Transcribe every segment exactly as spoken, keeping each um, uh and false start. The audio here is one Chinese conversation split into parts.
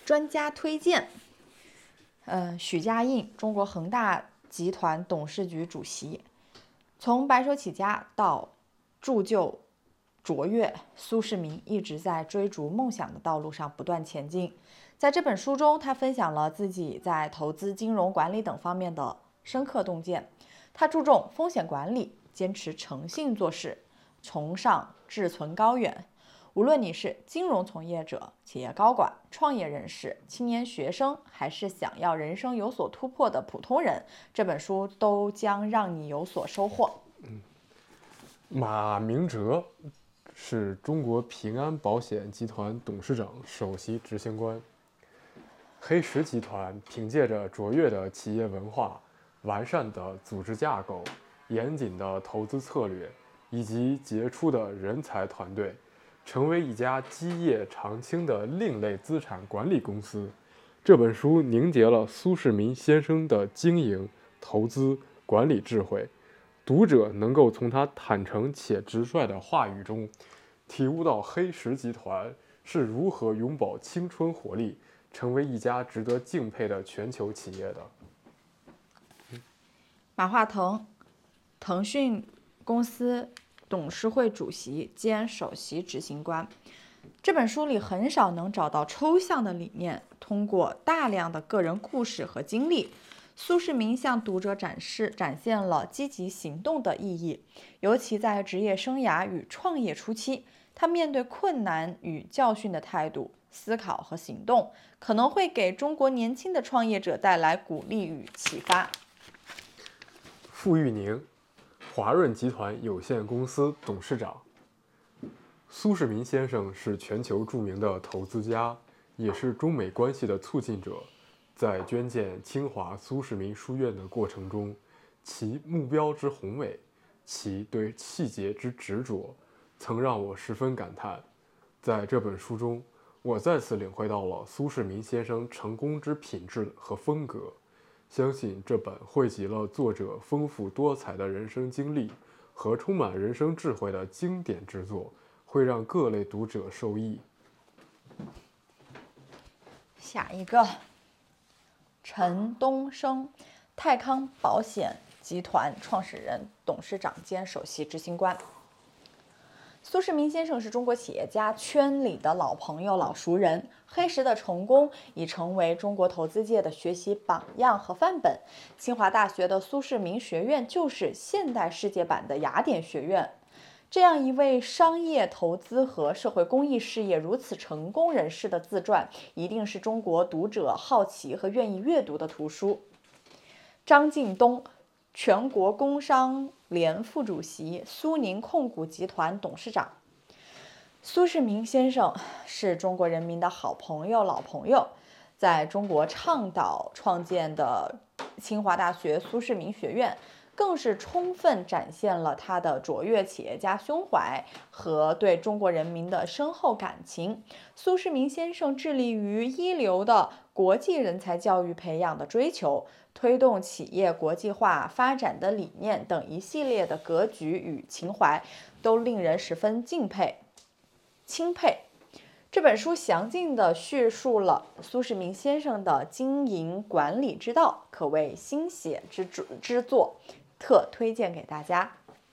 专家推荐，呃，许家印，中国恒大集团董事局主席，从白手起家到铸就卓越，苏世民一直在追逐梦想的道路上不断前进。在这本书中，他分享了自己在投资、金融管理等方面的深刻洞见。他注重风险管理，坚持诚信做事，崇尚志存高远。无论你是金融从业者、企业高管、创业人士、青年学生，还是想要人生有所突破的普通人，这本书都将让你有所收获。 嗯，马明哲是中国平安保险集团董事长、首席执行官。黑石集团凭借着卓越的企业文化、完善的组织架构、严谨的投资策略以及杰出的人才团队，成为一家基业长青的另类资产管理公司。这本书凝结了苏世民先生的经营、投资、管理智慧，读者能够从他坦诚且直率的话语中，体悟到黑石集团是如何永葆青春活力，成为一家值得敬佩的全球企业的。 马化腾，腾讯公司董事会主席兼首席执行官。这本书里很少能找到抽象的理念，通过大量的个人故事和经历，苏世民向读者展示展现了积极行动的意义。尤其在职业生涯与创业初期，他面对困难与教训的态度、思考和行动，可能会给中国年轻的创业者带来鼓励与启发。 傅玉宁，华润集团有限公司董事长。苏世民先生是全球著名的投资家，也是中美关系的促进者。在捐建清华苏世民书院的过程中，其目标之宏伟，其对细节之执着，曾让我十分感叹。在这本书中，我再次领会到了苏世民先生成功之品质和风格。相信这本汇集了作者丰富多彩的人生经历和充满人生智慧的经典之作，会让各类读者受益。 下一个，陈东升，泰康保险集团创始人、董事长兼首席执行官。苏世民先生是中国企业家圈里的老朋友、老熟人。黑石的成功已成为中国投资界的学习榜样和范本。清华大学的苏世民学院就是现代世界版的雅典学院。这样一位商业投资和社会公益事业如此成功人士的自传，一定是中国读者好奇和愿意阅读的图书。张近东，全国工商联副主席，苏宁控股集团董事长。苏世民先生是中国人民的好朋友、老朋友，在中国倡导创建的清华大学苏世民学院，更是充分展现了他的卓越企业家胸怀和对中国人民的深厚感情。苏世民先生致力于一流的国际人才教育培养的追求，推动企业国际化发展的理念等一系列的格局与情怀，都令人十分敬佩、钦佩。这本书详尽地叙述了苏世民先生的经营管理之道，可谓心血之之作，特推荐给大家。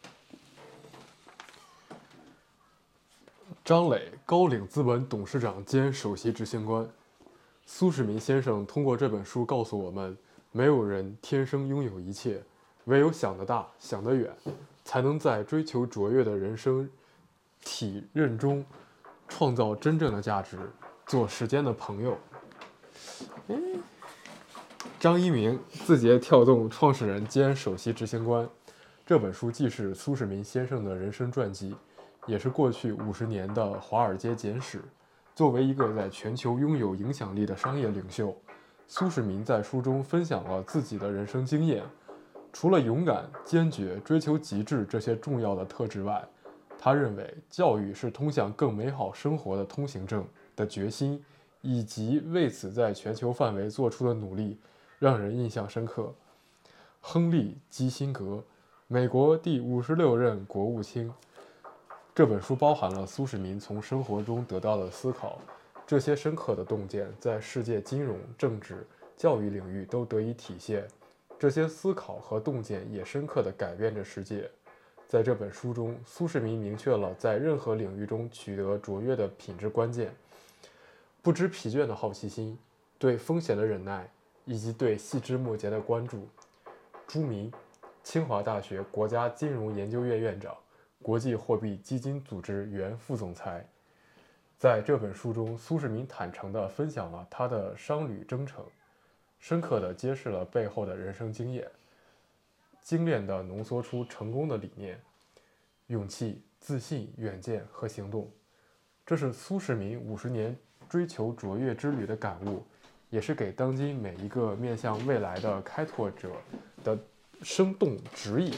张磊，高瓴资本董事长兼首席执行官。苏世民先生通过这本书告诉我们，没有人天生拥有一切，唯有想得大、想得远，才能在追求卓越的人生体认中创造真正的价值，做时间的朋友。嗯，张一鸣，字节跳动创始人兼首席执行官。这本书既是苏世民先生的人生传记，也是过去五十年的华尔街简史。作为一个在全球拥有影响力的商业领袖，苏世民在书中分享了自己的人生经验。除了勇敢、坚决、追求极致这些重要的特质外，他认为教育是通向更美好生活的通行证的决心，以及为此在全球范围做出的努力，让人印象深刻。亨利·基辛格，美国第五十六任国务卿。这本书包含了苏世民从生活中得到的思考， 这些深刻的洞见在世界金融、政治、教育领域都得以体现。这些思考和洞见也深刻地改变着世界。在这本书中，苏世民明确了在任何领域中取得卓越的品质关键：不知疲倦的好奇心、对风险的忍耐，以及对细枝末节的关注。朱铭，清华大学国家金融研究院院长，国际货币基金组织原副总裁。在这本书中，苏世民坦诚地分享了他的商旅征程，深刻地揭示了背后的人生经验，精炼地浓缩出成功的理念、勇气、自信、远见和行动。这是苏世民五十年追求卓越之旅的感悟，也是给当今每一个面向未来的开拓者的生动指引。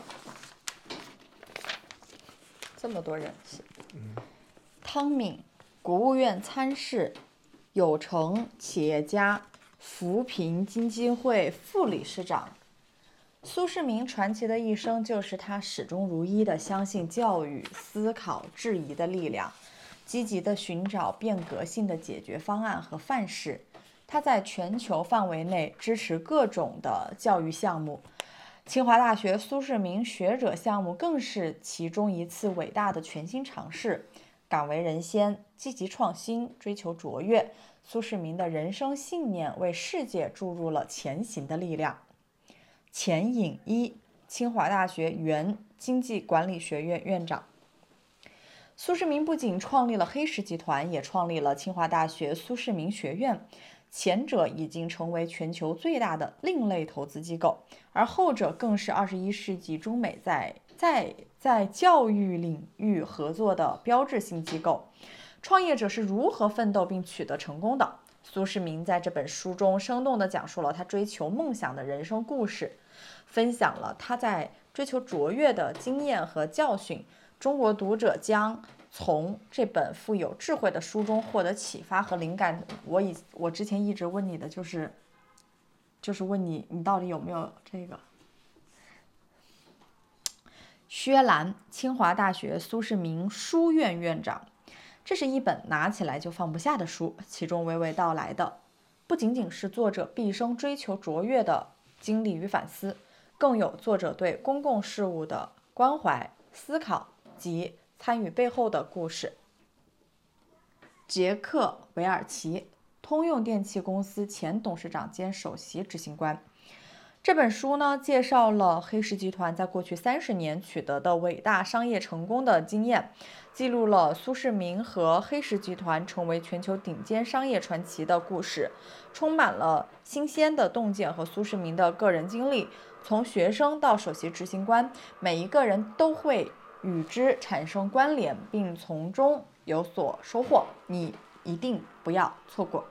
这么多人写， 嗯， 汤敏，国务院参事，有成企业家，扶贫基金会副理事长。苏世民传奇的一生，就是他始终如一地相信教育、思考、质疑的力量，积极地寻找变革性的解决方案和范式。他在全球范围内支持各种的教育项目，清华大学苏世民学者项目更是其中一次伟大的全新尝试。敢为人先，积极创新，追求卓越，苏世民的人生信念为世界注入了前行的力量。钱颖一，清华大学原经济管理学院院长。苏世民不仅创立了黑石集团，也创立了清华大学苏世民学院。前者已经成为全球最大的另类投资机构，而后者更是二十一世纪中美在在在教育领域合作的标志性机构。创业者是如何奋斗并取得成功的？苏世民在这本书中生动地讲述了他追求梦想的人生故事，分享了他在追求卓越的经验和教训。中国读者将从这本富有智慧的书中获得启发和灵感。我以我之前一直问你的就是，就是问你，你到底有没有这个？薛兰，清华大学苏世民书院院长。这是一本拿起来就放不下的书，其中娓娓道来的不仅仅是作者毕生追求卓越的经历与反思，更有作者对公共事务的关怀、思考及参与背后的故事。杰克·韦尔奇，通用电气公司前董事长兼首席执行官。这本书呢，介绍了黑石集团在过去三十年取得的伟大商业成功的经验，记录了苏世民和黑石集团成为全球顶尖商业传奇的故事，充满了新鲜的洞见和苏世民的个人经历。从学生到首席执行官，每一个人都会与之产生关联，并从中有所收获，你一定不要错过。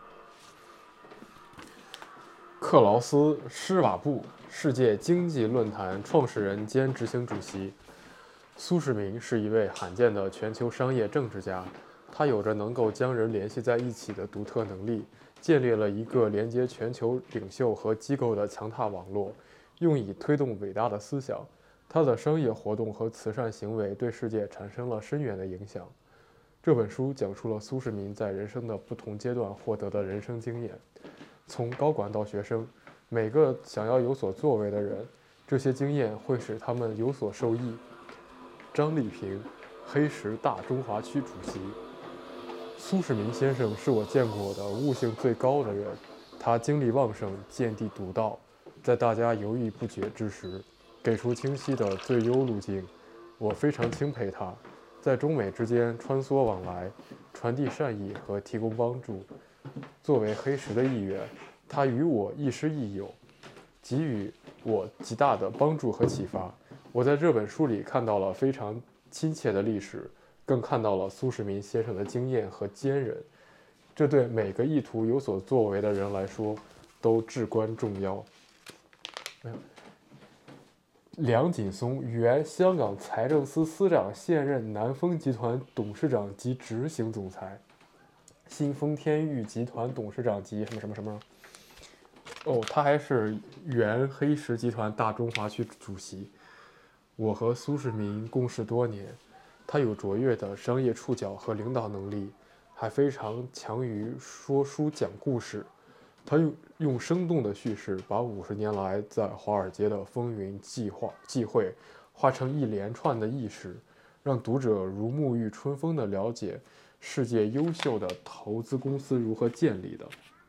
克劳斯·施瓦布，世界经济论坛创始人兼执行主席。苏世民是一位罕见的全球商业政治家，他有着能够将人联系在一起的独特能力，建立了一个连接全球领袖和机构的强大网络，用以推动伟大的思想。他的商业活动和慈善行为对世界产生了深远的影响。这本书讲述了苏世民在人生的不同阶段获得的人生经验，从高管到学生，每个想要有所作为的人，这些经验会使他们有所受益。张丽萍，黑石大中华区主席。苏世民先生是我见过的悟性最高的人，他精力旺盛，见地独到，在大家犹豫不决之时，给出清晰的最优路径。我非常钦佩他，在中美之间穿梭往来，传递善意和提供帮助。作为黑石的一员，他与我亦师亦友，给予我极大的帮助和启发。我在这本书里看到了非常亲切的历史，更看到了苏世民先生的经验和坚韧，这对每个意图有所作为的人来说都至关重要。梁锦松，原香港财政司司长，现任南丰集团董事长及执行总裁，新丰天域集团董事长及什么什么什么。哦，他还是原黑石集团大中华区主席。我和苏世民共事多年，他有卓越的商业触角和领导能力， 还非常强于说书讲故事。他用用生动的叙事，把五十年来在华尔街的风云际划际会化成一连串的轶事，让读者如沐浴春风地了解世界优秀的投资公司如何建立的。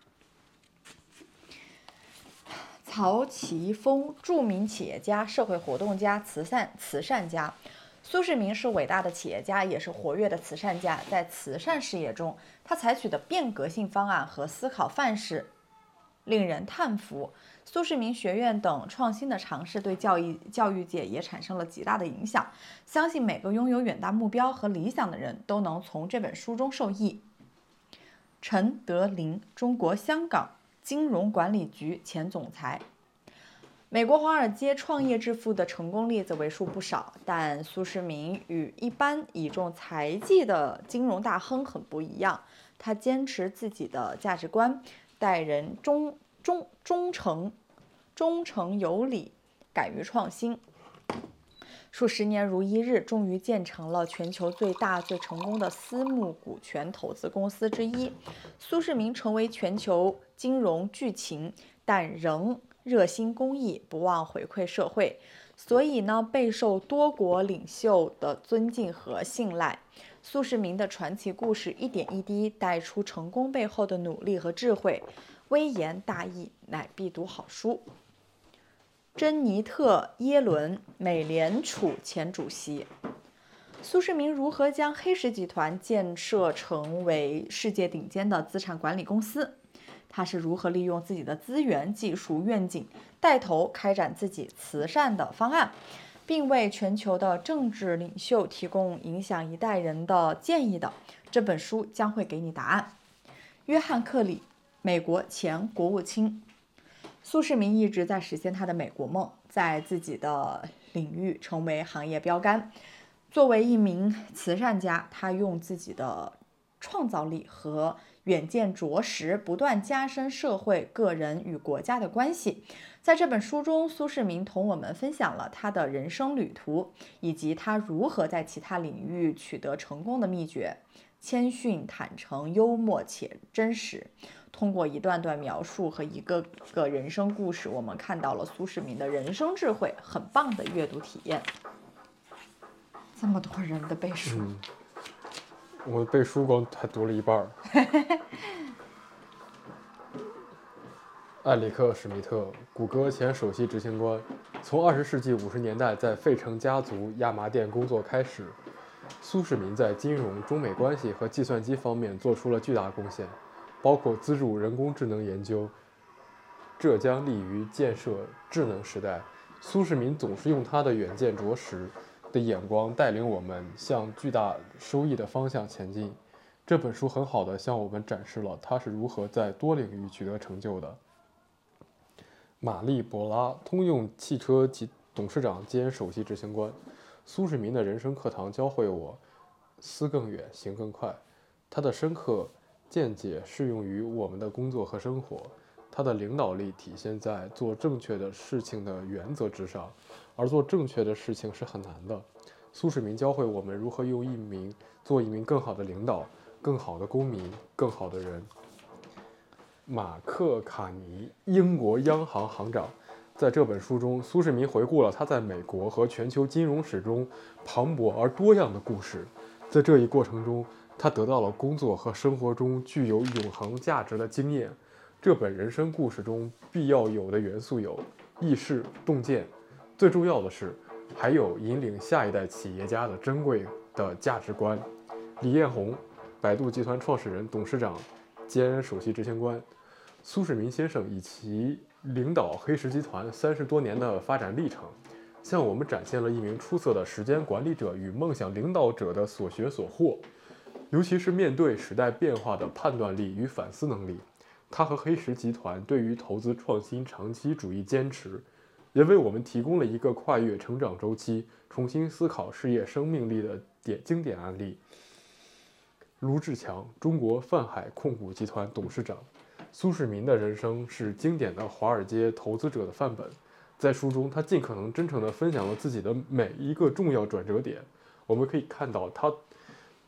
曹奇峰，著名企业家、社会活动家、慈善慈善家。苏世民是伟大的企业家，也是活跃的慈善家。在慈善事业中，他采取的变革性方案和思考范式令人叹服。苏世民学院等创新的尝试对教育教育界也产生了极大的影响。相信每个拥有远大目标和理想的人都能从这本书中受益。陈德霖，中国香港金融管理局前总裁。美国华尔街创业致富的成功例子为数不少，但苏世民与一般倚重财技的金融大亨很不一样。他坚持自己的价值观，待人忠忠忠诚忠诚有礼，敢于创新。数十年如一日，终于建成了全球最大、最成功的私募股权投资公司之一。苏世民成为全球金融巨擎，但仍热心公益，不忘回馈社会，所以呢，备受多国领袖的尊敬和信赖。苏世民的传奇故事一点一滴带出成功背后的努力和智慧，微言大义，乃必读好书。珍妮特·耶伦，美联储前主席。苏世民如何将黑石集团建设成为世界顶尖的资产管理公司？他是如何利用自己的资源、技术、愿景，带头开展自己慈善的方案，并为全球的政治领袖提供影响一代人的建议的？这本书将会给你答案。约翰·克里，美国前国务卿。苏世民一直在实现他的美国梦，在自己的领域成为行业标杆。作为一名慈善家，他用自己的创造力和远见卓识，不断加深社会、个人与国家的关系。在这本书中，苏世民同我们分享了他的人生旅途，以及他如何在其他领域取得成功的秘诀。谦逊、坦诚、幽默且真实。通过一段段描述和一个个人生故事，我们看到了苏世民的人生智慧，很棒的阅读体验。这么多人的背书， 嗯，我背书光才读了一半儿。艾里克·史密特，谷歌前首席执行官，从二十世纪五十年代在费城家族亚麻店工作开始，苏世民在金融、中美关系和计算机方面做出了巨大贡献。包括资助人工智能研究，这将利于建设智能时代。苏世民总是用他的远见卓识的眼光带领我们向巨大收益的方向前进。这本书很好地向我们展示了他是如何在多领域取得成就的。玛丽·博拉，通用汽车及董事长兼首席执行官。苏世民的人生课堂教会我思更远，行更快。他的深刻见解适用于我们的工作和生活。他的领导力体现在做正确的事情的原则之上，而做正确的事情是很难的。苏世民教会我们如何用一名做一名更好的领导、更好的公民、更好的人。马克·卡尼，英国央行行长。在这本书中，苏世民回顾了他在美国和全球金融史中磅礴而多样的故事。在这一过程中，他得到了工作和生活中具有永恒价值的经验。这本人生故事中必要有的元素有意识、洞见，最重要的是，还有引领下一代企业家的珍贵的价值观。李彦宏，百度集团创始人、董事长兼首席执行官。苏世民先生以其领导黑石集团三十多年的发展历程，向我们展现了一名出色的时间管理者与梦想领导者的所学所获。尤其是面对时代变化的判断力与反思能力，他和黑石集团对于投资创新长期主义坚持，也为我们提供了一个跨越成长周期、重新思考事业生命力的典经典案例。卢志强，中国泛海控股集团董事长。苏世民的人生是经典的华尔街投资者的范本，在书中，他尽可能真诚地分享了自己的每一个重要转折点。我们可以看到他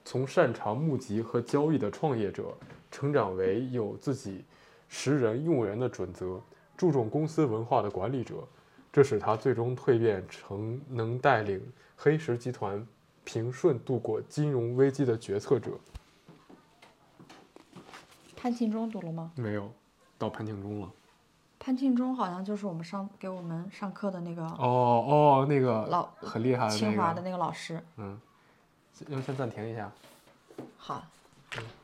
从擅长募集和交易的创业者，成长为有自己识人用人的准则，注重公司文化的管理者。这使他最终蜕变成能带领黑石集团平顺度过金融危机的决策者。 潘庆忠读了吗？ 没有，到潘庆忠了。 潘庆忠好像就是我们上给我们上课的那个哦哦，那个老很厉害的、那个、 清华的那个老师。 嗯，要先暂停一下。 好。 嗯